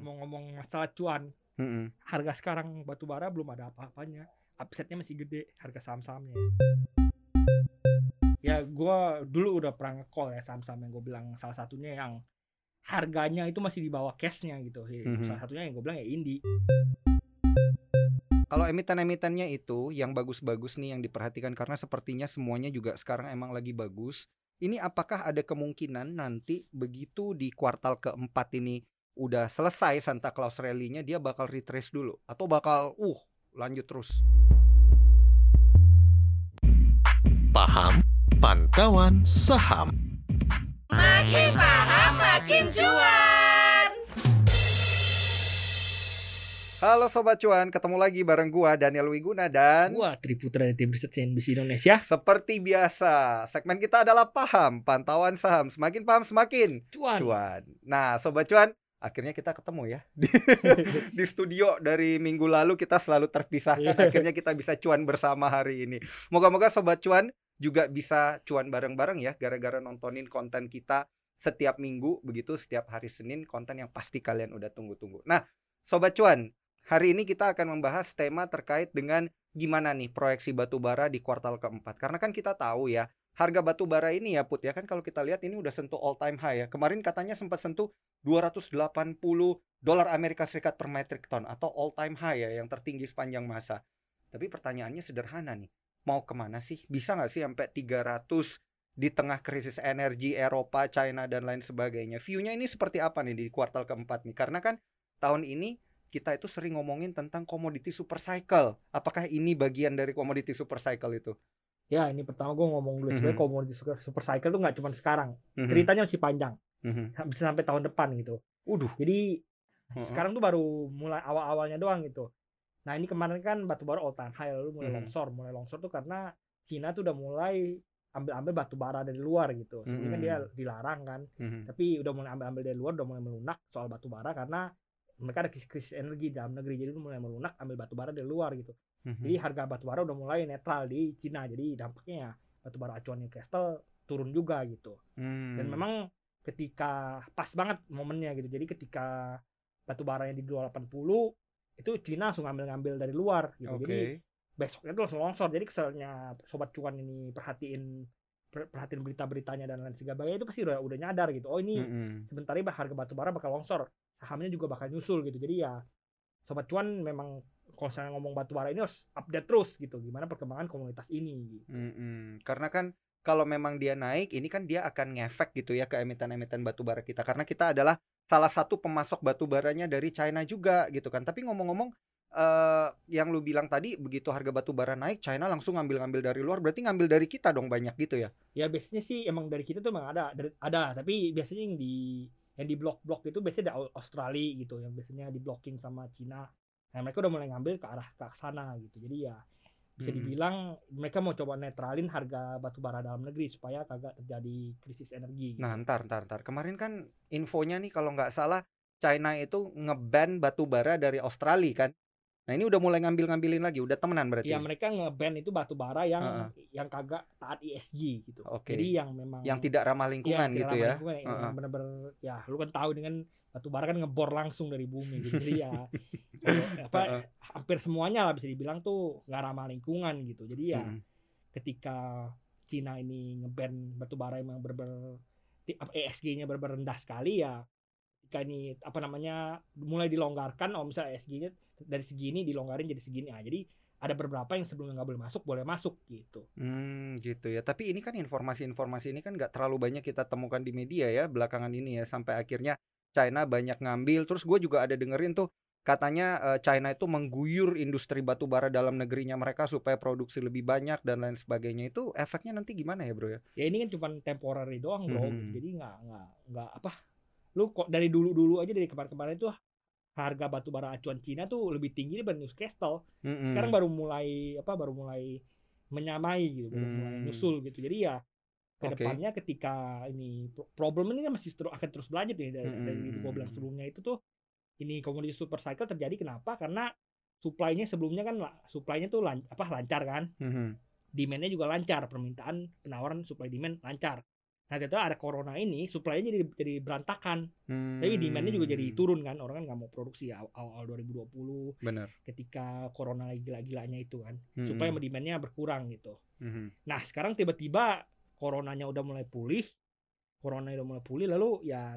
ngomong masalah cuan, harga sekarang batu bara belum ada apa-apanya. Upsetnya masih gede harga saham-sahamnya. Ya gue dulu udah pernah nge-call ya saham-saham yang gue bilang salah satunya yang harganya itu masih di bawah cashnya gitu. Salah satunya yang gue bilang ya Indi. Kalau emiten-emitennya itu yang bagus-bagus nih yang diperhatikan, karena sepertinya semuanya juga sekarang emang lagi bagus. Ini apakah ada kemungkinan nanti begitu di kuartal keempat ini udah selesai Santa Claus rally-nya, dia bakal retrace dulu atau bakal lanjut terus? Paham Pantauan Saham. Makin paham makin cuan. Halo Sobat Cuan, ketemu lagi bareng gua Daniel Wiguna dan gua Triputra dari tim riset CNBC Indonesia. Seperti biasa, segmen kita adalah Paham Pantauan Saham. Semakin paham semakin cuan. Nah Sobat Cuan, akhirnya kita ketemu ya di studio. Dari minggu lalu kita selalu terpisahkan, akhirnya kita bisa cuan bersama hari ini. Moga-moga Sobat Cuan juga bisa cuan bareng-bareng ya, gara-gara nontonin konten kita setiap minggu. Begitu setiap hari Senin, konten yang pasti kalian udah tunggu-tunggu. Nah Sobat Cuan, hari ini kita akan membahas tema terkait dengan gimana nih proyeksi batu bara di kuartal keempat. Karena kan kita tahu ya, harga batu bara ini ya Put ya, kan kalau kita lihat ini udah sentuh all time high ya. Kemarin katanya sempat sentuh $280 Amerika Serikat per metric ton, atau all time high ya, yang tertinggi sepanjang masa. Tapi pertanyaannya sederhana nih, mau kemana sih? Bisa nggak sih sampai 300 di tengah krisis energi Eropa, China dan lain sebagainya? View-nya ini seperti apa nih di kuartal keempat nih? Karena kan tahun ini kita itu sering ngomongin tentang komoditi super cycle. Apakah ini bagian dari komoditi super cycle itu? Ya ini pertama gue ngomong dulu, sebenarnya komoditi super cycle tuh nggak cuma sekarang, ceritanya masih panjang, bisa sampai tahun depan gitu. Jadi sekarang tuh baru mulai awal-awalnya doang gitu. Nah ini kemarin kan batu bara all time high, lalu mulai longsor tuh karena Cina tuh udah mulai ambil batu bara dari luar gitu. Sebelumnya kan dia dilarang kan, tapi udah mulai ambil dari luar, udah mulai melunak soal batu bara karena mereka ada krisis energi dalam negeri, jadi mulai melunak ambil batu bara dari luar gitu. Jadi harga batu bara udah mulai netral di Cina, jadi dampaknya ya batu bara acuan Newcastle turun juga gitu. Dan memang ketika pas banget momennya gitu, jadi ketika batu baranya di 280 itu Cina langsung ngambil dari luar gitu. Jadi besoknya itu langsung longsor. Jadi keselnya Sobat Cuan ini perhatiin berita-beritanya dan lain sebagainya, itu pasti udah nyadar gitu. Oh ini sebentar lagi harga batu bara bakal longsor, sahamnya juga bakal nyusul gitu. Jadi ya Sobat Cuan memang kalau saya ngomong batu bara ini harus update terus gitu, gimana perkembangan komunitas ini gitu. Karena kan kalau memang dia naik, ini kan dia akan ngefek gitu ya ke emiten-emiten batu bara kita, karena kita adalah salah satu pemasok batu baranya dari China juga gitu kan. Tapi ngomong-ngomong, yang lu bilang tadi, begitu harga batu bara naik, China langsung ngambil dari luar, berarti ngambil dari kita dong banyak gitu ya? Ya biasanya sih emang dari kita tuh emang ada, tapi biasanya yang di blok-blok itu biasanya dari Australia gitu, yang biasanya di blocking sama Cina. Nah mereka udah mulai ngambil ke arah sana gitu. Jadi ya bisa dibilang mereka mau coba netralin harga batu bara dalam negeri supaya kagak terjadi krisis energi gitu. Nah ntar kemarin kan infonya nih kalau nggak salah China itu ngeban batu bara dari Australia kan. Nah ini udah mulai ngambilin lagi, udah temenan berarti. Ya mereka ngeban itu batu bara yang kagak taat ESG gitu. Jadi yang memang yang tidak ramah lingkungan gitu ya. Yang benar-benar ya lu kan tahu dengan batu bara kan ngebor langsung dari bumi gitu. Jadi ya hampir semuanya lah bisa dibilang tuh nggak ramah lingkungan gitu. Jadi ya ketika Cina ini ngeban batu bara yang ESG-nya rendah sekali, ya ketika ini mulai dilonggarkan, misalnya ESG-nya dari segini dilonggarin jadi segini. Jadi ada beberapa yang sebelumnya nggak boleh masuk gitu. Gitu ya. Tapi ini kan informasi ini kan nggak terlalu banyak kita temukan di media ya belakangan ini ya, sampai akhirnya China banyak ngambil. Terus gue juga ada dengerin tuh katanya China itu mengguyur industri batu bara dalam negerinya mereka supaya produksi lebih banyak dan lain sebagainya. Itu efeknya nanti gimana ya bro ya? Ya ini kan cuma temporary doang bro. Jadi nggak apa. Lu kok dari dulu aja, dari kemarin itu harga batu bara acuan Cina tuh lebih tinggi daripada Newcastle. Sekarang baru mulai menyamai gitu, baru mulai nyusul gitu. Jadi ya kedepannya ketika ini problem ini kan masih akan terus berlanjut nih dari gue bilang sebelumnya itu tuh, ini komoditi super cycle terjadi kenapa? Karena supply-nya sebelumnya kan supply-nya tuh lancar kan, demand-nya juga lancar, penawaran supply demand lancar. Nah, ternyata ada corona ini, supply-nya jadi berantakan. Tapi demand-nya juga jadi turun kan. Orang kan nggak mau produksi awal 2020. Benar. Ketika corona lagi gila-gilanya itu kan. Supaya demand-nya berkurang gitu. Nah, sekarang tiba-tiba coronanya udah mulai pulih. Lalu ya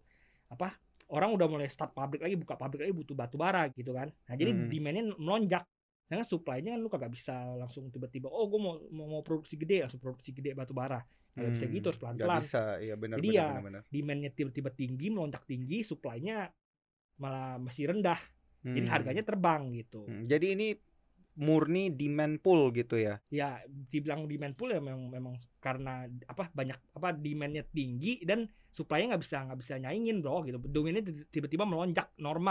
orang udah mulai start pabrik lagi, buka pabrik lagi, butuh batu bara gitu kan. Nah, jadi demand-nya melonjak. Karena supply-nya kan lu kagak bisa langsung tiba-tiba gue mau produksi gede, langsung produksi gede batu bara. Nggak bisa gitu, harus pelan-pelan. Nggak bisa, iya benar. Jadi benar. Demand-nya tiba-tiba tinggi, melonjak tinggi, supply-nya malah masih rendah. Jadi harganya terbang gitu. Jadi ini murni demand pull gitu ya? Ya, dibilang demand pull ya memang karena banyak demand-nya tinggi dan supply-nya nggak bisa nyaingin bro gitu. Demand-nya tiba-tiba melonjak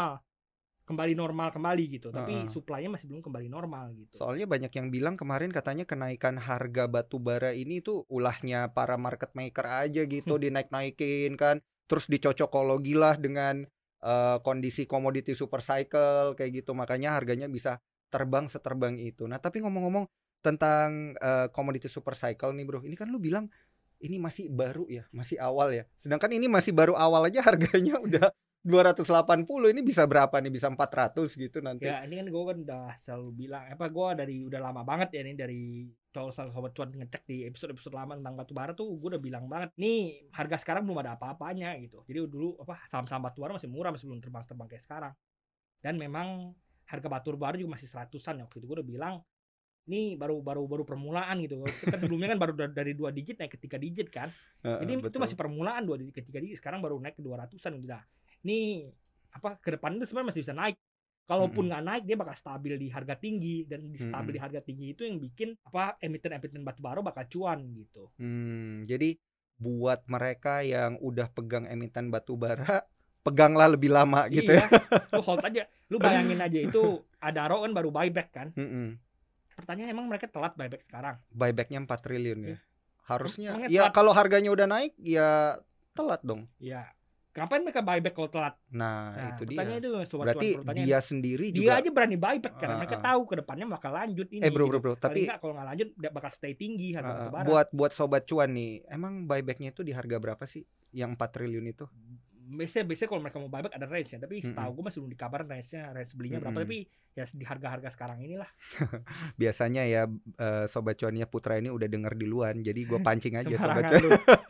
kembali normal gitu, tapi supply-nya masih belum kembali normal gitu. Soalnya banyak yang bilang kemarin katanya kenaikan harga batu bara ini tuh ulahnya para market maker aja gitu, dinaik-naikin kan, terus dicocokologi lah dengan kondisi komoditi super cycle kayak gitu, makanya harganya bisa terbang seterbang itu. Nah, tapi ngomong-ngomong tentang komoditi super cycle nih bro, ini kan lu bilang ini masih baru ya, masih awal ya, sedangkan ini masih baru awal aja harganya udah 280, ini bisa berapa nih? Bisa 400 gitu nanti. Ya, ini kan gue kan udah selalu bilang gue udah lama banget ya nih dari sobat cuan ngecek di episode lama tentang batu bara tuh gue udah bilang banget nih harga sekarang belum ada apa-apanya gitu. Jadi dulu saham-saham batu bara masih murah, masih belum terbang kayak sekarang. Dan memang harga batu bara juga masih 100-an ya. Waktu itu gue udah bilang ini baru permulaan gitu. Kan sebelumnya kan baru dari 2 digit naik ke 3 digit kan. Jadi betul. itu masih permulaan 2 digit ke 3 digit, sekarang baru naik ke 200-an gitu. Nih ke depan itu sebenarnya masih bisa naik. Kalaupun nggak naik, dia bakal stabil di harga tinggi, dan stabil di harga tinggi itu yang bikin emiten batu bara bakal cuan gitu. Jadi buat mereka yang udah pegang emiten batu bara, peganglah lebih lama gitu ya. Lu hold aja. Lu bayangin aja itu Adaro kan baru buyback kan. Pertanyaan emang mereka telat buyback sekarang? Buybacknya 4 triliun ya. Harusnya ya kalau harganya udah naik ya telat dong. Iya. Ngapain mereka buyback kalau telat? Nah itu dia. Itu, berarti dia sendiri juga. Dia aja berani buyback karena mereka tahu ke depannya bakal lanjut ini. Bro, gitu. tapi kalau nggak lanjut dia bakal stay tinggi harga batu bara. Buat sobat cuan nih, emang buybacknya itu di harga berapa sih? Yang 4 triliun itu? Biasanya kalau mereka mau buyback ada range ya, tapi setahu gue masih belum dikabarin range belinya berapa, tapi ya di harga sekarang inilah. Biasanya ya sobat cuannya Putra ini udah denger duluan, jadi gue pancing aja sobat cuan.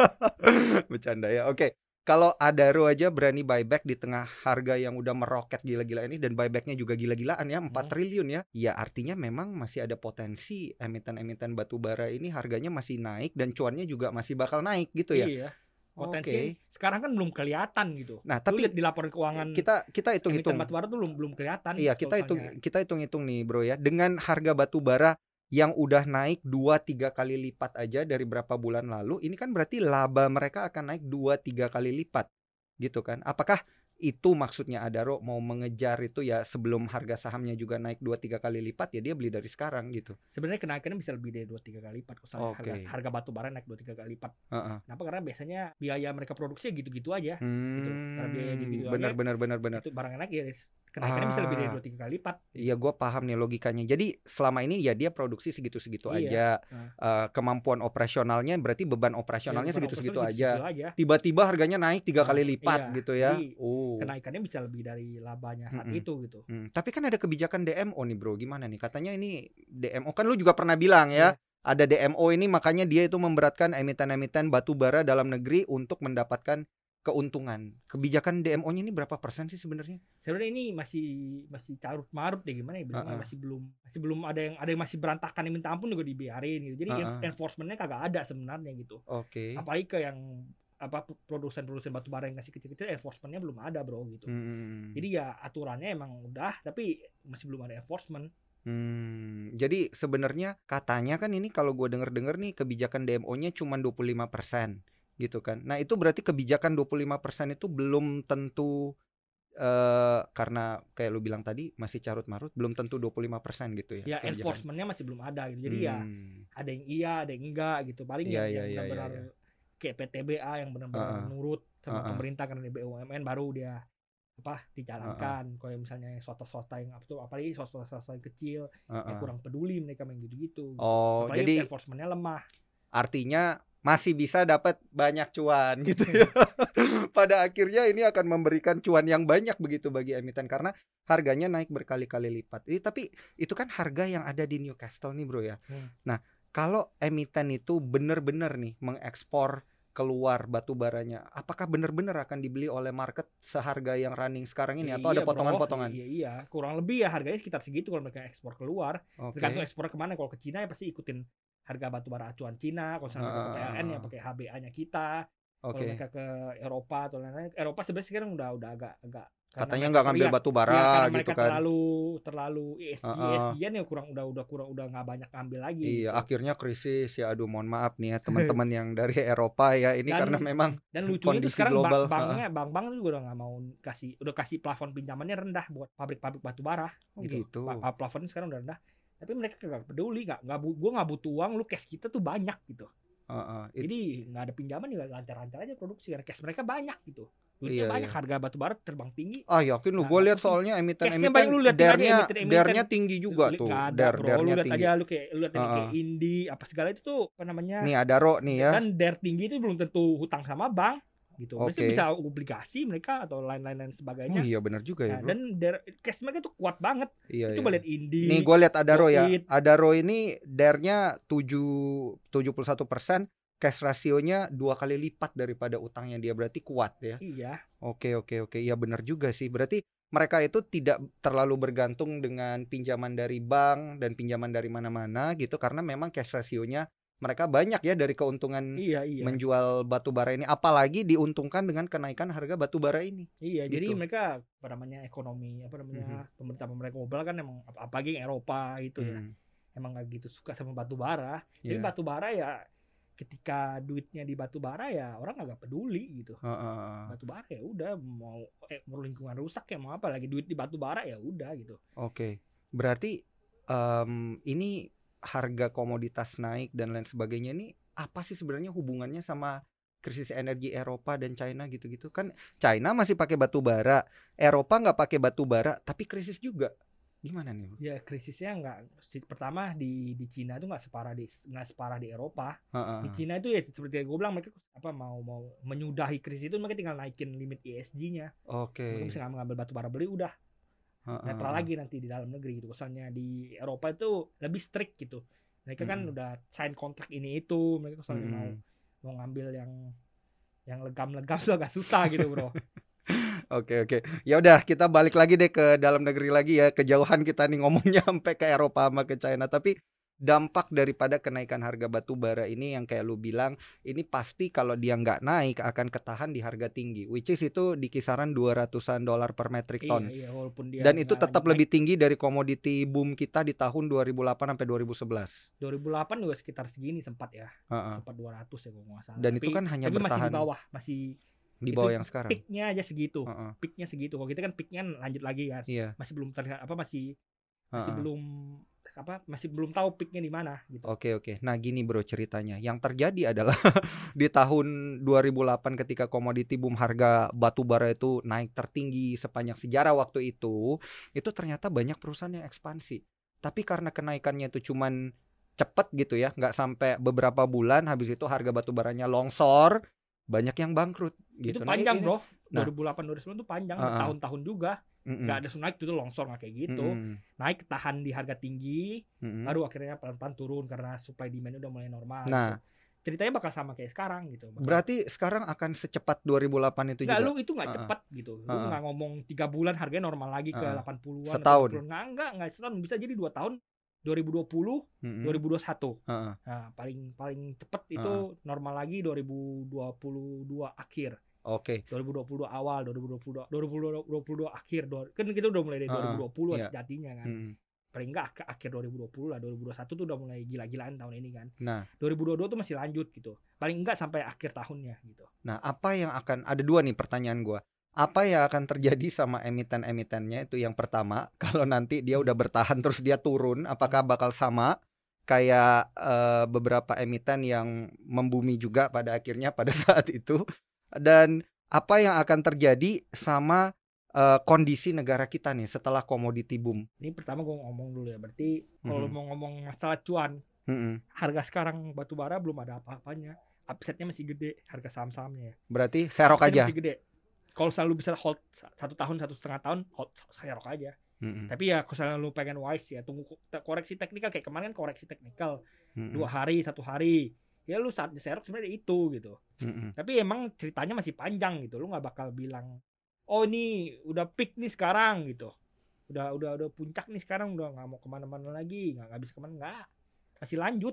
Bercanda ya. Oke. Kalau Adaro aja berani buyback di tengah harga yang udah meroket gila-gila ini, dan buybacknya juga gila-gilaan ya, 4 triliun ya. Ya artinya memang masih ada potensi emiten-emiten batu bara ini harganya masih naik dan cuannya juga masih bakal naik gitu ya. Iya. Potensi sekarang kan belum kelihatan gitu. Nah, tapi di laporan keuangan kita hitung-hitung. Emiten batu bara tuh belum kelihatan. Iya, kita hitung-hitung nih, Bro ya. Dengan harga batu bara yang udah naik 2-3 kali lipat aja dari berapa bulan lalu, ini kan berarti laba mereka akan naik 2-3 kali lipat gitu kan. Apakah itu maksudnya Adaro mau mengejar itu ya sebelum harga sahamnya juga naik 2-3 kali lipat, ya dia beli dari sekarang gitu? Sebenarnya kenaikannya bisa lebih dari 2-3 kali lipat. Harga batu bara naik 2-3 kali lipat. Kenapa? Karena biasanya biaya mereka produksi gitu-gitu aja gitu. Karena biaya gitu-gitu benar. Itu barang naik ya kenaikannya bisa lebih dari 2-3 kali lipat. Iya, gue paham nih logikanya. Jadi selama ini ya dia produksi segitu-segitu aja. Kemampuan operasionalnya berarti beban operasionalnya segitu-segitu aja. Tiba-tiba harganya naik 3 kali lipat gitu ya. Jadi, kenaikannya bisa lebih dari labanya saat itu gitu. Tapi kan ada kebijakan DMO nih bro, gimana nih? Katanya ini DMO, kan lu juga pernah bilang ya. Ada DMO ini, makanya dia itu memberatkan emiten-emiten batu bara dalam negeri untuk mendapatkan keuntungan. Kebijakan DMO-nya ini berapa persen sih sebenarnya? Sebenarnya ini masih carut marut deh, gimana ya bilangnya, masih belum ada yang masih berantakan, yang minta ampun juga dibiarin gitu. Jadi enforcement-nya kagak ada sebenarnya gitu. Apalagi ke yang produsen batu bara yang masih kecil-kecil, enforcement-nya belum ada bro gitu. Jadi ya aturannya emang udah, tapi masih belum ada enforcement. Jadi sebenarnya katanya kan ini kalau gue denger nih kebijakan DMO-nya cuma 25%. Gitu kan. Nah itu berarti kebijakan 25% itu belum tentu karena kayak lu bilang tadi masih carut marut, belum tentu 25% gitu ya. Ya enforcement-nya masih belum ada gitu. Jadi ya ada yang iya, ada yang enggak gitu. Paling yang benar-benar kayak PTBA yang benar-benar nurut sama pemerintah karena di BUMN baru dia dijalankan. Kalau misalnya swasta yang apalagi swasta yang kecil yang kurang peduli, mereka main gitu-gitu. Apalagi jadi enforcement-nya lemah. Artinya masih bisa dapat banyak cuan gitu ya. Pada akhirnya ini akan memberikan cuan yang banyak begitu bagi emiten karena harganya naik berkali-kali lipat. Tapi itu kan harga yang ada di Newcastle nih bro ya. Nah kalau emiten itu benar-benar nih mengekspor keluar batu baranya, apakah benar-benar akan dibeli oleh market seharga yang running sekarang ini atau ada potongan-potongan? Iya, kurang lebih ya harganya sekitar segitu kalau mereka ekspor keluar. Tergantung ekspor kemana. Kalau ke Cina ya pasti ikutin harga batu bara acuan Cina. Kalau misalnya ke PLN ya pakai HBA-nya kita. Kalau mereka ke Eropa atau lain-lain, Eropa sebenarnya sekarang udah agak katanya nggak ngambil batu bara karena gitu mereka kan. terlalu ESG-nya ya udah nggak banyak ambil lagi. Iya, gitu. Akhirnya krisis ya. Aduh, mohon maaf nih ya teman-teman yang dari Eropa ya. Ini karena memang dan lucunya itu kondisi sekarang global. bank juga udah nggak mau kasih plafon pinjamannya rendah buat pabrik-pabrik batu bara. Gitu. Plafonnya sekarang udah rendah. Tapi mereka nggak peduli, gue nggak butuh uang, lu cash kita tuh banyak gitu. Jadi nggak ada pinjaman juga lancar-lancar aja produksi karena cash mereka banyak gitu. Duitnya banyak, harga batu bara terbang tinggi. Yakin lu, gue lihat soalnya emiten dernya tinggi juga tuh. Lu lihat aja lu lihat kayak Indi apa segala itu tuh apa namanya? Nih Adaro nih ya. Dan der tinggi itu belum tentu hutang sama bank gitu. Bisa obligasi mereka atau lain-lain sebagainya. Iya benar juga ya, bro. Dan cash mereka tuh kuat banget. Iya, coba lihat Indi. Nih gue lihat Adaro ya. Adaro ini dernya 71%. Cash rasionya 2 kali lipat daripada utangnya dia, berarti kuat ya. Iya. Oke. Iya benar juga sih. Berarti mereka itu tidak terlalu bergantung dengan pinjaman dari bank dan pinjaman dari mana-mana gitu karena memang cash rasionya mereka banyak ya dari keuntungan menjual batu bara ini, apalagi diuntungkan dengan kenaikan harga batu bara ini. Iya, gitu. Jadi mereka ekonomi pemerintah global kan emang apalagi Eropa gitu ya. Emang gak gitu suka sama batu bara. Jadi batu bara ya ketika duitnya di batu bara ya orang agak peduli gitu. Batu bara ya udah mau lingkungan rusak ya mau apa lagi duit di batu bara ya udah gitu. Oke. Berarti ini harga komoditas naik dan lain sebagainya ini apa sih sebenarnya hubungannya sama krisis energi Eropa dan China gitu-gitu? Kan China masih pakai batu bara, Eropa nggak pakai batu bara tapi krisis juga. Gimana nih? Ya krisisnya pertama di Cina itu nggak separah di Eropa. Di Cina itu ya seperti gue bilang mereka mau menyudahi krisis itu mereka tinggal naikin limit ESG-nya. Mereka bisa ngambil batu bara beli udah netral lagi nanti di dalam negeri gitu. Misalnya di Eropa itu lebih strict gitu. Mereka kan udah sign kontrak ini itu. Mereka misalnya mau ngambil yang legam-legam tuh agak susah gitu bro. Oke. Ya udah kita balik lagi deh ke dalam negeri lagi ya. Kejauhan kita nih ngomongnya sampai ke Eropa sama ke China. Tapi dampak daripada kenaikan harga batu bara ini yang kayak lu bilang, ini pasti kalau dia nggak naik akan ketahan di harga tinggi, which is itu di kisaran $200 per metric ton. Iya, walaupun dia dan itu tetap lebih tinggi dari komoditi boom kita di tahun 2008 sampai 2011. 2008 juga sekitar segini sempat ya. Sempat 200 ya kalau nggak salah. Dan itu kan hanya bertahan masih di bawah yang sekarang. Peaknya aja segitu. Peaknya segitu. Kalau kita kan peaknya lanjut lagi kan. Iya. Masih belum terlihat masih belum tahu peaknya di mana gitu. Oke. Nah gini bro ceritanya. Yang terjadi adalah di tahun 2008 ketika komoditi boom harga batu bara itu naik tertinggi sepanjang sejarah waktu itu ternyata banyak perusahaan yang ekspansi. Tapi karena kenaikannya itu cuman cepet gitu ya, nggak sampai beberapa bulan, habis itu harga batu baranya longsor, banyak yang bangkrut gitu. Itu panjang bro. 2008-2009 itu panjang, tahun-tahun juga. Nggak ada naik itu longsor nggak kayak gitu. Naik tahan di harga tinggi, baru akhirnya pelan-pelan turun karena supply demand udah mulai normal. Nah, gitu. Ceritanya bakal sama kayak sekarang gitu. Berarti sekarang akan secepat 2008 itu juga? Lu itu nggak cepat gitu. Lu nggak ngomong 3 bulan harganya normal lagi ke 80-an. Setahun? Nggak setahun. Bisa jadi 2 tahun. 2020, 2021. Nah, paling cepat itu normal lagi 2022 akhir. Oke. 2022 awal, 2022 akhir. Kan kita udah mulai dari 2020 sejatinya kan. Paling enggak akhir 2020 lah, 2021 tuh udah mulai gila-gilaan tahun ini kan. Nah, 2022 tuh masih lanjut gitu. Paling enggak sampai akhir tahunnya gitu. Nah, ada 2 nih pertanyaan gua. Apa yang akan terjadi sama emiten-emitennya itu yang pertama, kalau nanti dia udah bertahan terus dia turun, apakah bakal sama kayak beberapa emiten yang membumi juga pada akhirnya pada saat itu? Dan apa yang akan terjadi sama kondisi negara kita nih setelah komoditi boom? Ini pertama gue ngomong dulu ya. Berarti kalau mau ngomong masalah cuan, harga sekarang batu bara belum ada apa-apanya. upsetnya masih gede harga saham-sahamnya ya. Berarti serok Upsetnya aja. masih gede. Kalau selalu bisa hold 1 tahun 1,5 tahun, hold serok aja. Tapi ya kalau misalnya lu pengen wise ya, tunggu koreksi teknikal. Kayak kemarin kan koreksi teknikal 2 hari 1 hari, ya lu saat diserok sebenarnya itu gitu. Tapi emang ceritanya masih panjang gitu. Lu nggak bakal bilang oh ini udah peak nih sekarang gitu, udah puncak nih sekarang, udah nggak mau kemana-mana lagi, nggak bisa kemana, nggak, masih lanjut.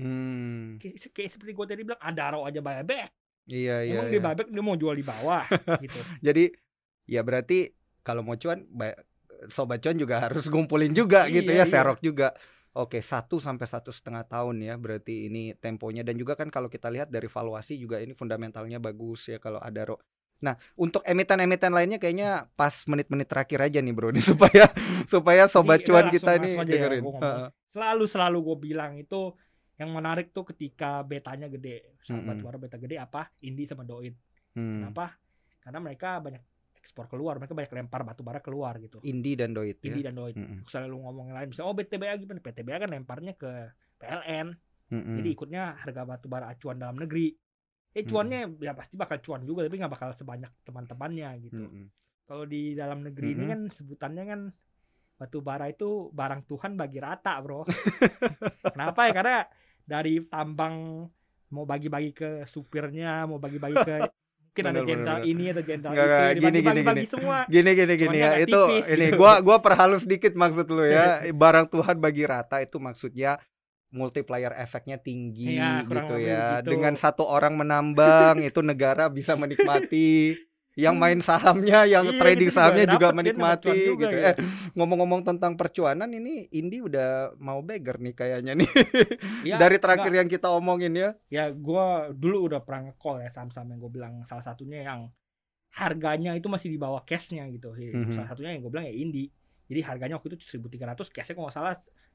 Kayak seperti gue tadi bilang, Adaro aja buyback. Iya. Emang dia buyback, dia mau jual di bawah gitu. Jadi ya berarti kalau mau cuan, sobat cuan juga harus ngumpulin juga gitu ya, serok juga. Oke, 1 sampai 1,5 tahun ya berarti ini temponya. Dan juga kan kalau kita lihat dari valuasi juga ini fundamentalnya bagus ya kalau Adaro. Nah, untuk emiten-emiten lainnya kayaknya pas menit-menit terakhir aja nih bro, nih supaya sobat cuan kita ini dengerin. Selalu gue bilang itu yang menarik tuh ketika betanya gede. Batubara beta gede apa? Indi sama Doit. Kenapa? Karena mereka banyak ekspor keluar, mereka banyak lempar batubara keluar gitu. Indi dan Doit. Misalnya lu ngomongin lain, misalnya BTBA gimana? BTBA kan lemparnya ke PLN. Jadi ikutnya harga batubara acuan dalam negeri. Cuannya ya pasti bakal cuan juga, tapi nggak bakal sebanyak teman-temannya gitu. Kalau di dalam negeri ini kan sebutannya kan batubara itu barang Tuhan bagi rata, bro. Kenapa ya? Karena dari tambang mau bagi-bagi ke supirnya, mau bagi-bagi ke mungkin ada jenderal ini atau jenderal itu, dibagi-bagi semua. Gini ya, itu tipis, ini gitu. Gua perhalus dikit maksud lu ya. Barang Tuhan bagi rata itu maksudnya multiplier efeknya tinggi gitu ya. Gitu. Dengan 1 orang menambang itu negara bisa menikmati. Yang main sahamnya, yang trading sahamnya juga menikmati gitu. Ngomong-ngomong tentang percuanan, ini Indi udah mau beggar nih kayaknya nih. Dari terakhir yang kita omongin ya. Ya gue dulu udah pernah nge-call ya saham-saham yang gue bilang salah satunya yang harganya itu masih di bawah cashnya gitu. Salah satunya yang gue bilang ya Indi. Jadi harganya waktu itu 1.300, cashnya kalau nggak salah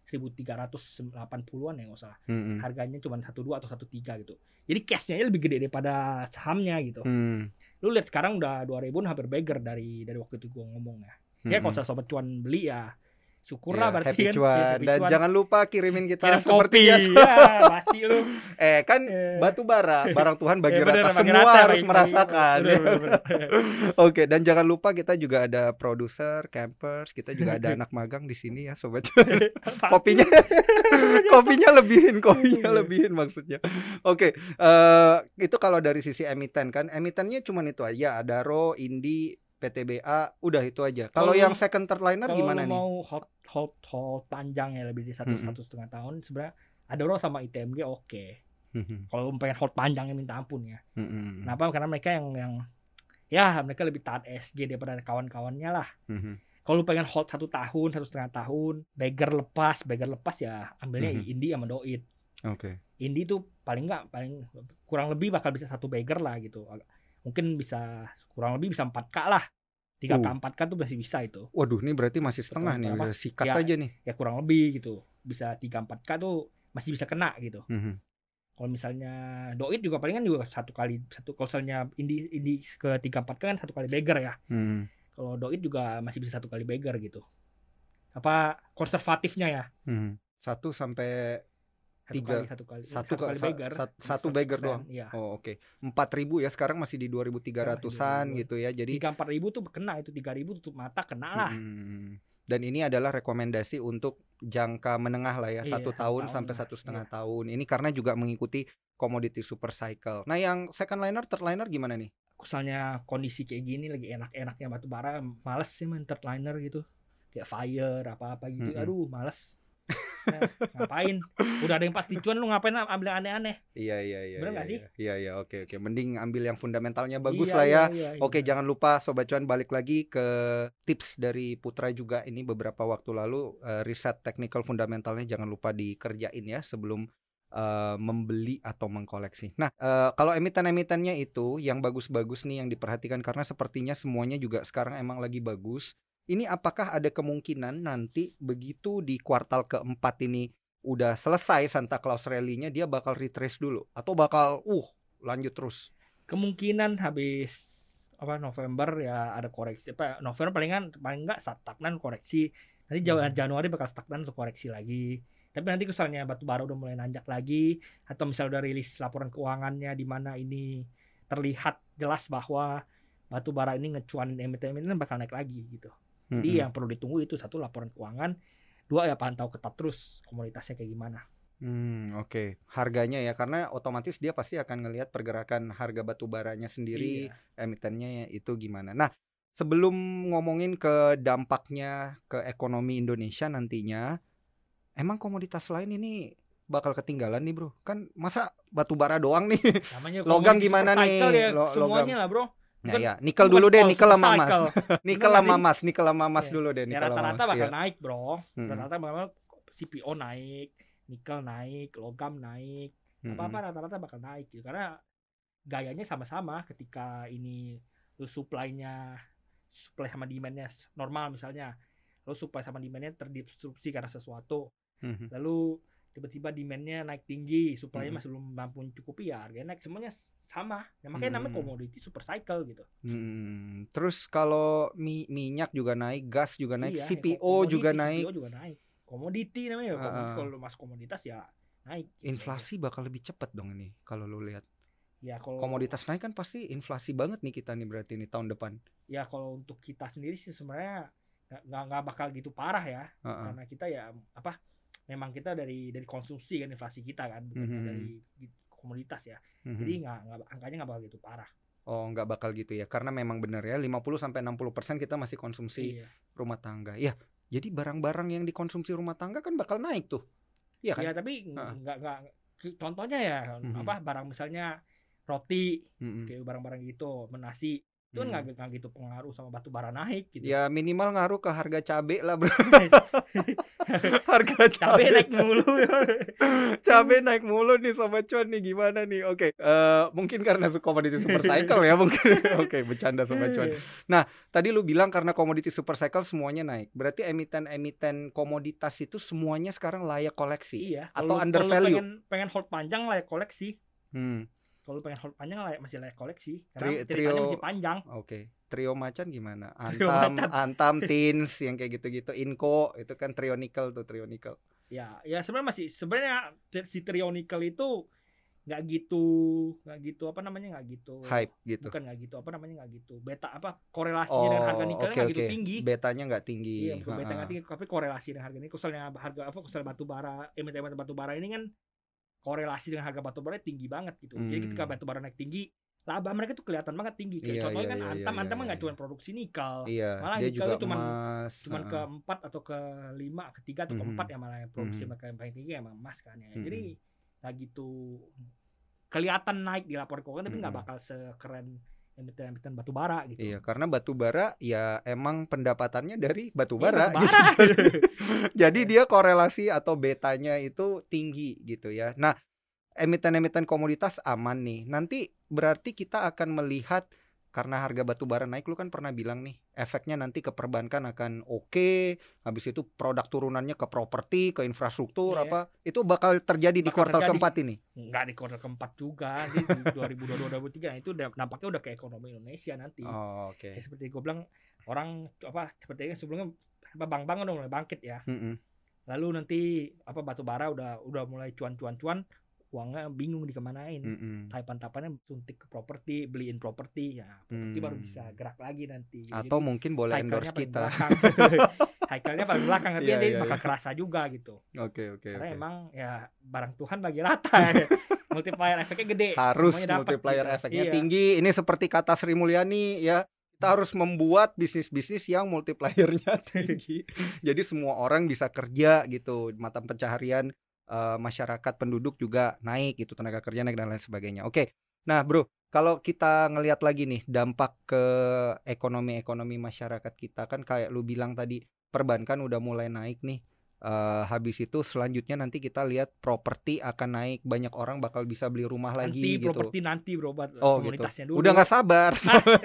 1.380-an ya nggak salah. Harganya cuma 1.2 atau 1.3 gitu. Jadi cashnya lebih gede daripada sahamnya gitu. Lu lihat sekarang udah 2.000 hampir beggar dari waktu itu gue ngomong ya. Ya kalau sobat cuan beli ya syukurlah berarti happy cuan. Dan jangan lupa kirimin kita seperti biasa. Pasti lu. Kan batubara, barang Tuhan bagi rata, semua harus merasakan. Oke, dan jangan lupa kita juga ada produser, campers, kita juga ada anak magang di sini ya sobat cuan. kopinya lebihin maksudnya. Oke, itu kalau dari sisi emiten kan, emitennya cuma itu aja, Adaro, Indi, PTBA, udah itu aja. Kalau yang second third liner gimana nih? Kalau mau hold panjang ya lebih dari 1,5 tahun, sebenarnya Adaro sama ITMG oke. Kalau pengen hold panjangnya minta ampun ya. Kenapa? Karena mereka yang ya mereka lebih taat SG daripada kawan-kawannya lah. Kalau pengen hold 1 tahun, 1,5 tahun, beggar lepas ya ambilnya Indi sama Doit. Indi tuh paling kurang lebih bakal bisa 1 beggar lah gitu. Mungkin bisa kurang lebih bisa 4K lah. 3K 4K tuh masih bisa itu. Waduh, ini berarti masih setengah nih, udah sikat ya, aja nih. Ya kurang lebih gitu. Bisa 3-4K tuh masih bisa kena gitu. Kalau misalnya Doit juga palingan juga 1 kali kalau misalnya Indi ke 3-4K kan 1 kali beggar ya. Kalau Doit juga masih bisa 1 kali beggar gitu. Apa konservatifnya ya? 1 sampai 1 kali beggar doang. Iya. Oh oke. 4.000 ya, sekarang masih di 2.300-an gitu ya. Jadi 3-4 ribu tuh kena, itu 3.000 tutup mata kena lah. Dan ini adalah rekomendasi untuk jangka menengah lah ya, 1 tahun sampai 1,5 tahun. Ini karena juga mengikuti komoditi super cycle. Nah yang second liner, third liner gimana nih? Misalnya kondisi kayak gini lagi enak-enaknya batubara, males sih main third liner gitu. Kayak fire apa-apa gitu. Aduh males. Nah, ngapain? Udah ada yang pasti cuan, lu ngapain ambil aneh-aneh? Iya. Bener nggak sih? Iya, oke. Mending ambil yang fundamentalnya bagus lah ya. Oke, jangan lupa sobat cuan balik lagi ke tips dari Putra juga ini beberapa waktu lalu, riset technical fundamentalnya jangan lupa dikerjain ya sebelum membeli atau mengkoleksi. Nah, kalau emiten-emitennya itu yang bagus-bagus nih yang diperhatikan karena sepertinya semuanya juga sekarang emang lagi bagus. Ini apakah ada kemungkinan nanti begitu di kuartal keempat ini udah selesai Santa Claus rally-nya dia bakal retrace dulu atau bakal lanjut terus? Kemungkinan habis November ya ada koreksi. November paling enggak stagnan koreksi. Nanti Januari bakal stagnan untuk koreksi lagi. Tapi nanti misalnya batu bara udah mulai nanjak lagi, atau misalnya udah rilis laporan keuangannya di mana ini terlihat jelas bahwa batu bara ini ngecuanin emiten bakal naik lagi gitu. Jadi yang perlu ditunggu itu satu laporan keuangan, dua ya pantau ketat terus komoditasnya kayak gimana. Oke. Harganya ya, karena otomatis dia pasti akan ngelihat pergerakan harga batu baranya sendiri, emitennya itu gimana. Nah, sebelum ngomongin ke dampaknya ke ekonomi Indonesia nantinya, emang komoditas lain ini bakal ketinggalan nih bro? Kan masa batu bara doang nih? Namanya Logam komoditi gimana nih? ya, semuanya lah bro. Nah ya, nikel dulu deh, nikel sama emas. Nikel sama emas dulu deh, Ya, nikel sama rata-rata emas. bakal naik bro. Rata-rata bakal CPO naik, nikel naik, logam naik, apa-apa rata-rata bakal naik gitu. Karena gayanya sama-sama ketika ini lu supply sama demand-nya normal misalnya. Lalu supply sama demand-nya terdisrupsi karena sesuatu. Lalu tiba-tiba demand-nya naik tinggi, supply-nya masih belum mampu mencukupi, ya harganya naik, semuanya sama. Ya, makanya namanya komoditi super cycle gitu. Terus kalau minyak juga naik, gas juga naik, CPO juga naik. Komoditi namanya ya. Kalau masuk komoditas ya naik. Inflasi bakal lebih cepat dong ini kalau lu lihat. Ya kalau komoditas naik kan pasti inflasi banget nih kita nih berarti nih tahun depan. Ya kalau untuk kita sendiri sih sebenarnya nggak bakal gitu parah ya. Karena kita ya memang kita dari konsumsi kan inflasi kita kan, bukan dari komoditas ya. Jadi angkanya nggak bakal gitu parah. Oh, nggak bakal gitu ya. Karena memang benar ya 50-60% kita masih konsumsi rumah tangga. Ya, jadi barang-barang yang dikonsumsi rumah tangga kan bakal naik tuh. Iya kan? Ya, tapi nggak contohnya ya barang misalnya roti, kayak barang-barang gitu, nasi itu kan nggak gitu pengaruh sama batu bara naik gitu. Ya minimal ngaruh ke harga cabai lah bro. Harga cabai naik mulu. Cabai naik mulu nih Sobat Cuan nih, gimana nih? Oke, mungkin karena komoditi super cycle ya mungkin. Oke, bercanda Sobat Cuan. Nah, tadi lu bilang karena komoditi super cycle semuanya naik. Berarti emiten-emiten komoditas itu semuanya sekarang layak koleksi. Iya. Atau under value. Pengen hold panjang layak koleksi. Kalau pengen hold panjang masih layak koleksi karena ceritanya masih panjang. Oke. Trio macan gimana? Antam, Tins yang kayak gitu-gitu, Inco itu kan trio nikel tuh, trio nikel. Ya sebenarnya si trio nikel itu nggak gitu nggak gitu hype gitu. Bukan nggak gitu beta korelasinya dengan harga nikelnya nggak gitu tinggi. Betanya nggak tinggi. Iya, bukan beta nggak tinggi, tapi korelasi dengan harga nikel. Soalnya kusel batu bara, emiten batu bara ini kan korelasi dengan harga batu bara tinggi banget gitu. Jadi ketika batu bara naik tinggi, laba mereka tuh kelihatan banget tinggi. Contohnya kan Antam mah nggak cuma produksi nikel, malah nikel itu cuma ke-4 atau ke-5, ke-3 atau ke-4 ya malah yang produksi mereka yang paling tinggi emang emas kan ya. Jadi nggak gitu kelihatan naik di laporan keuangan, tapi nggak bakal sekeren emiten batu bara gitu. Iya, karena batu bara ya emang pendapatannya dari batu bara, gitu. Jadi dia korelasi atau betanya itu tinggi gitu ya. Nah, emiten-emiten komoditas aman nih. Nanti berarti kita akan melihat, karena harga batu bara naik, lu kan pernah bilang nih, efeknya nanti ke perbankan akan oke, habis itu produk turunannya ke properti, ke infrastruktur itu bakal terjadi di kuartal keempat ini. Enggak di kuartal keempat juga, di 2022-2023 itu nampaknya udah ke ekonomi Indonesia nanti. Ya, seperti gue bilang, orang seperti sebelumnya bank-bank udah mulai bangkit ya. Lalu nanti batu bara udah mulai cuan-cuan, uangnya bingung dikemanain. Tahapan-tahapannya suntik ke properti, beliin properti, ya properti baru bisa gerak lagi nanti. Atau jadi, mungkin boleh endorse kita. Cycle-nya paling belakang, tapi dia bakal kerasa juga gitu. Oke. Karena emang ya barang Tuhan bagi rata. Multiplier efeknya gede. Harus multiplier efeknya tinggi. Ini seperti kata Sri Mulyani ya. Kita harus membuat bisnis-bisnis yang multipliernya tinggi. Jadi semua orang bisa kerja gitu, mata pencaharian masyarakat penduduk juga naik gitu, tenaga kerja naik dan lain sebagainya. Oke. Nah, bro, kalau kita ngelihat lagi nih dampak ke ekonomi masyarakat kita, kan kayak lu bilang tadi perbankan udah mulai naik nih. Habis itu selanjutnya nanti kita lihat properti akan naik, banyak orang bakal bisa beli rumah lagi gitu. Properti nanti bro, komunitasnya gitu. Dulu. Udah nggak sabar.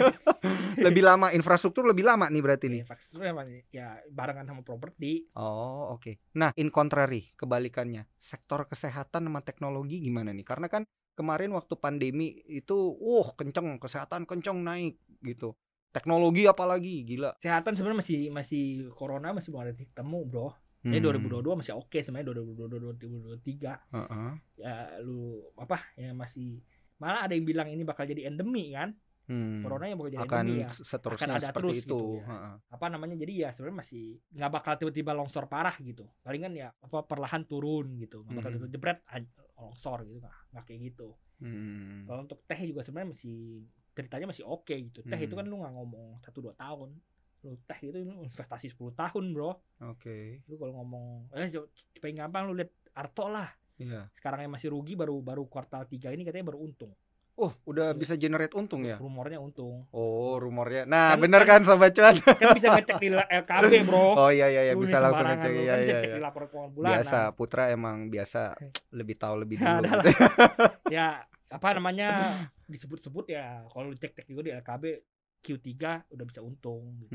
Lebih lama, infrastruktur lebih lama nih berarti nih. Infrastruktur ya barengan sama properti. Oke. Nah, in contrary, kebalikannya, sektor kesehatan sama teknologi gimana nih? Karena kan kemarin waktu pandemi itu kenceng, kesehatan kenceng naik gitu. Teknologi apalagi gila. Kesehatan sebenarnya masih corona masih belum ada titik temu bro. Jadi 2022 masih oke sebenarnya, 2022 2023. Ya lu ya masih, malah ada yang bilang ini bakal jadi endemi kan. Coronanya bakal jadi endemi ya. Seterusnya akan ada seperti terus itu. Gitu, ya. Jadi ya sebenarnya masih nggak bakal tiba-tiba longsor parah gitu. Palingan ya perlahan turun gitu. Nggak bakal jebret longsor gitu, nggak kayak gitu. Kalau untuk teh juga sebenarnya masih ceritanya masih oke gitu. Teh itu kan lu nggak ngomong 1-2 tahun. Lu teh itu investasi 10 tahun bro. Lu kalau ngomong paling gampang lu lihat Arto lah. Sekarang yang masih rugi baru kuartal 3 ini katanya baru untung. Oh, udah bisa generate untung ya? Rumornya untung. Oh, rumornya. Nah, bener kan Sobat Cuan? Kan bisa ngecek di LKB, bro. Oh iya, bisa langsung ngecek. Iya, bisa cek di laporan keuangan bulanan. Biasa, Putra emang biasa lebih tahu lebih dulu. Ya, disebut-sebut ya, kalau cek juga di LKB Q3 udah bisa untung gitu.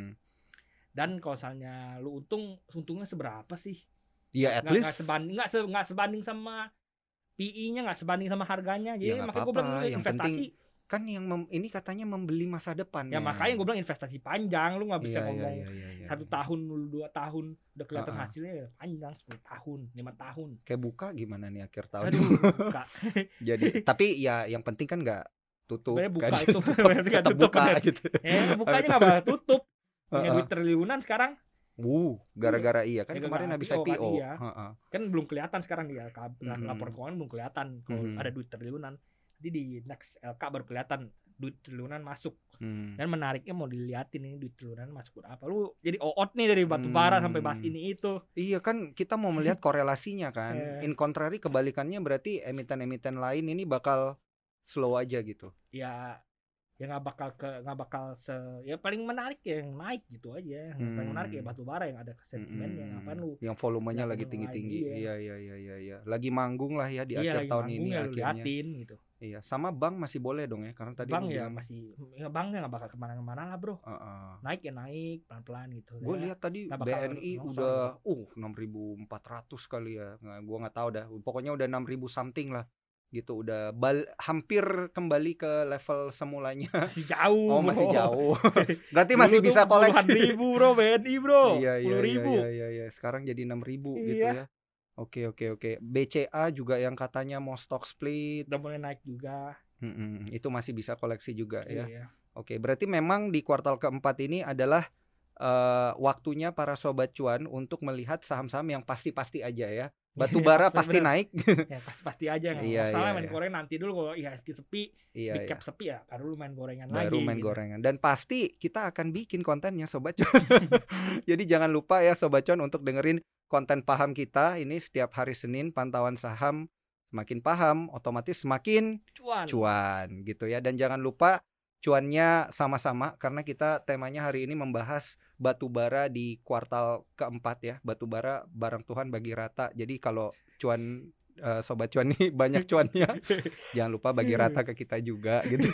Dan kalau misalnya lu untungnya seberapa sih? Ya, at least nggak sebanding sama PI-nya, nggak sebanding sama harganya. Jadi ya, makanya gue bilang yang investasi kan ini katanya membeli masa depan. Ya makanya gue bilang investasi panjang, lu nggak bisa ngomong 1 tahun, 2 tahun udah kelihatan hasilnya ya panjang, 10 tahun, 5 tahun. Kayak buka gimana nih akhir tahun? Aduh, buka. Jadi tapi ya yang penting kan nggak tutup. Sebenarnya buka kan? Itu tetap buka gitu. Bukanya nggak bakal tutup. Punya duit triliunan sekarang. Gara-gara iya kan kemarin habis IPO. Kan, iya. Kan belum kelihatan sekarang di LK, laporan keuangan belum kelihatan kalau ada duit triliunan. Jadi di next LK baru kelihatan duit triliunan masuk. Dan menariknya mau diliatin ini duit triliunan masuk berapa. Lu jadi OOT nih dari batu bara sampai bahas ini itu. Iya kan kita mau melihat korelasinya kan. In contrary kebalikannya berarti emiten-emiten lain ini bakal slow aja gitu. Ya nggak bakal ya paling menarik ya yang naik gitu aja. Paling menarik ya batu bara yang ada sentimennya. Ngapain lu yang volumenya lagi tinggi-tinggi. Iya. Lagi manggung lah ya di akhir tahun ini ya, akhirnya gitu. Iya, sama bank masih boleh dong ya, karena tadi bank ya masih, banknya nggak bakal kemana-mana lah bro. Naik ya naik pelan-pelan gitu. Gue lihat tadi BNI udah 6.400 kali ya. Nah, gue nggak tahu dah. Pokoknya udah 6.000 something lah. Gitu udah hampir kembali ke level semulanya. Masih jauh. Masih jauh. Berarti masih bisa koleksi. 10.000 bro BNI bro. Iya. Sekarang jadi 6.000 gitu ya. Oke. BCA juga yang katanya mau stock split. Udah mulai naik juga. Itu masih bisa koleksi juga ya. Oke, berarti memang di kuartal keempat ini adalah waktunya para sobat cuan untuk melihat saham-saham yang pasti-pasti aja ya. Batu bara pasti naik. Ya pasti aja nggak masalah main gorengan nanti dulu kalau IHSG sepi, big cap sepi ya baru main gorengan lagi. Baru main gorengan. Dan pasti kita akan bikin kontennya sobat cuan. Jadi jangan lupa ya sobat cuan untuk dengerin konten paham kita ini setiap hari Senin, pantauan saham. Semakin paham otomatis semakin cuan gitu ya. Dan jangan lupa cuannya sama-sama karena kita temanya hari ini membahas batu bara di kuartal keempat ya. Batu bara barang Tuhan bagi rata. Jadi kalau cuan sobat cuan ini banyak cuannya, jangan lupa bagi rata ke kita juga gitu.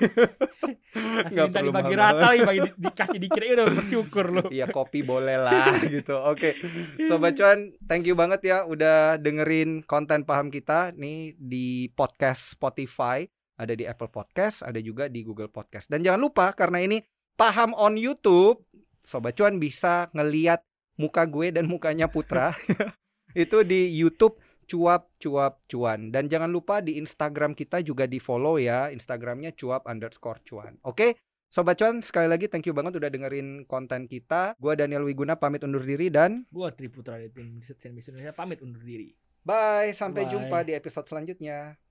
Nggak perlu bagi rata, dikasih dikira udah bersyukur loh. Iya kopi boleh lah gitu. Oke. Sobat cuan, thank you banget ya udah dengerin konten paham kita nih di podcast Spotify. Ada di Apple Podcast, ada juga di Google Podcast. Dan jangan lupa karena ini paham on YouTube, sobat cuan bisa ngeliat muka gue dan mukanya Putra. Itu di YouTube cuap cuan. Dan jangan lupa di Instagram kita juga di follow ya. Instagramnya cuap_cuan. Oke, sobat cuan sekali lagi thank you banget udah dengerin konten kita. Gue Daniel Wiguna pamit undur diri dan gue Tri Putra dari tim Riset CNBC Indonesia pamit undur diri. Bye, sampai jumpa di episode selanjutnya.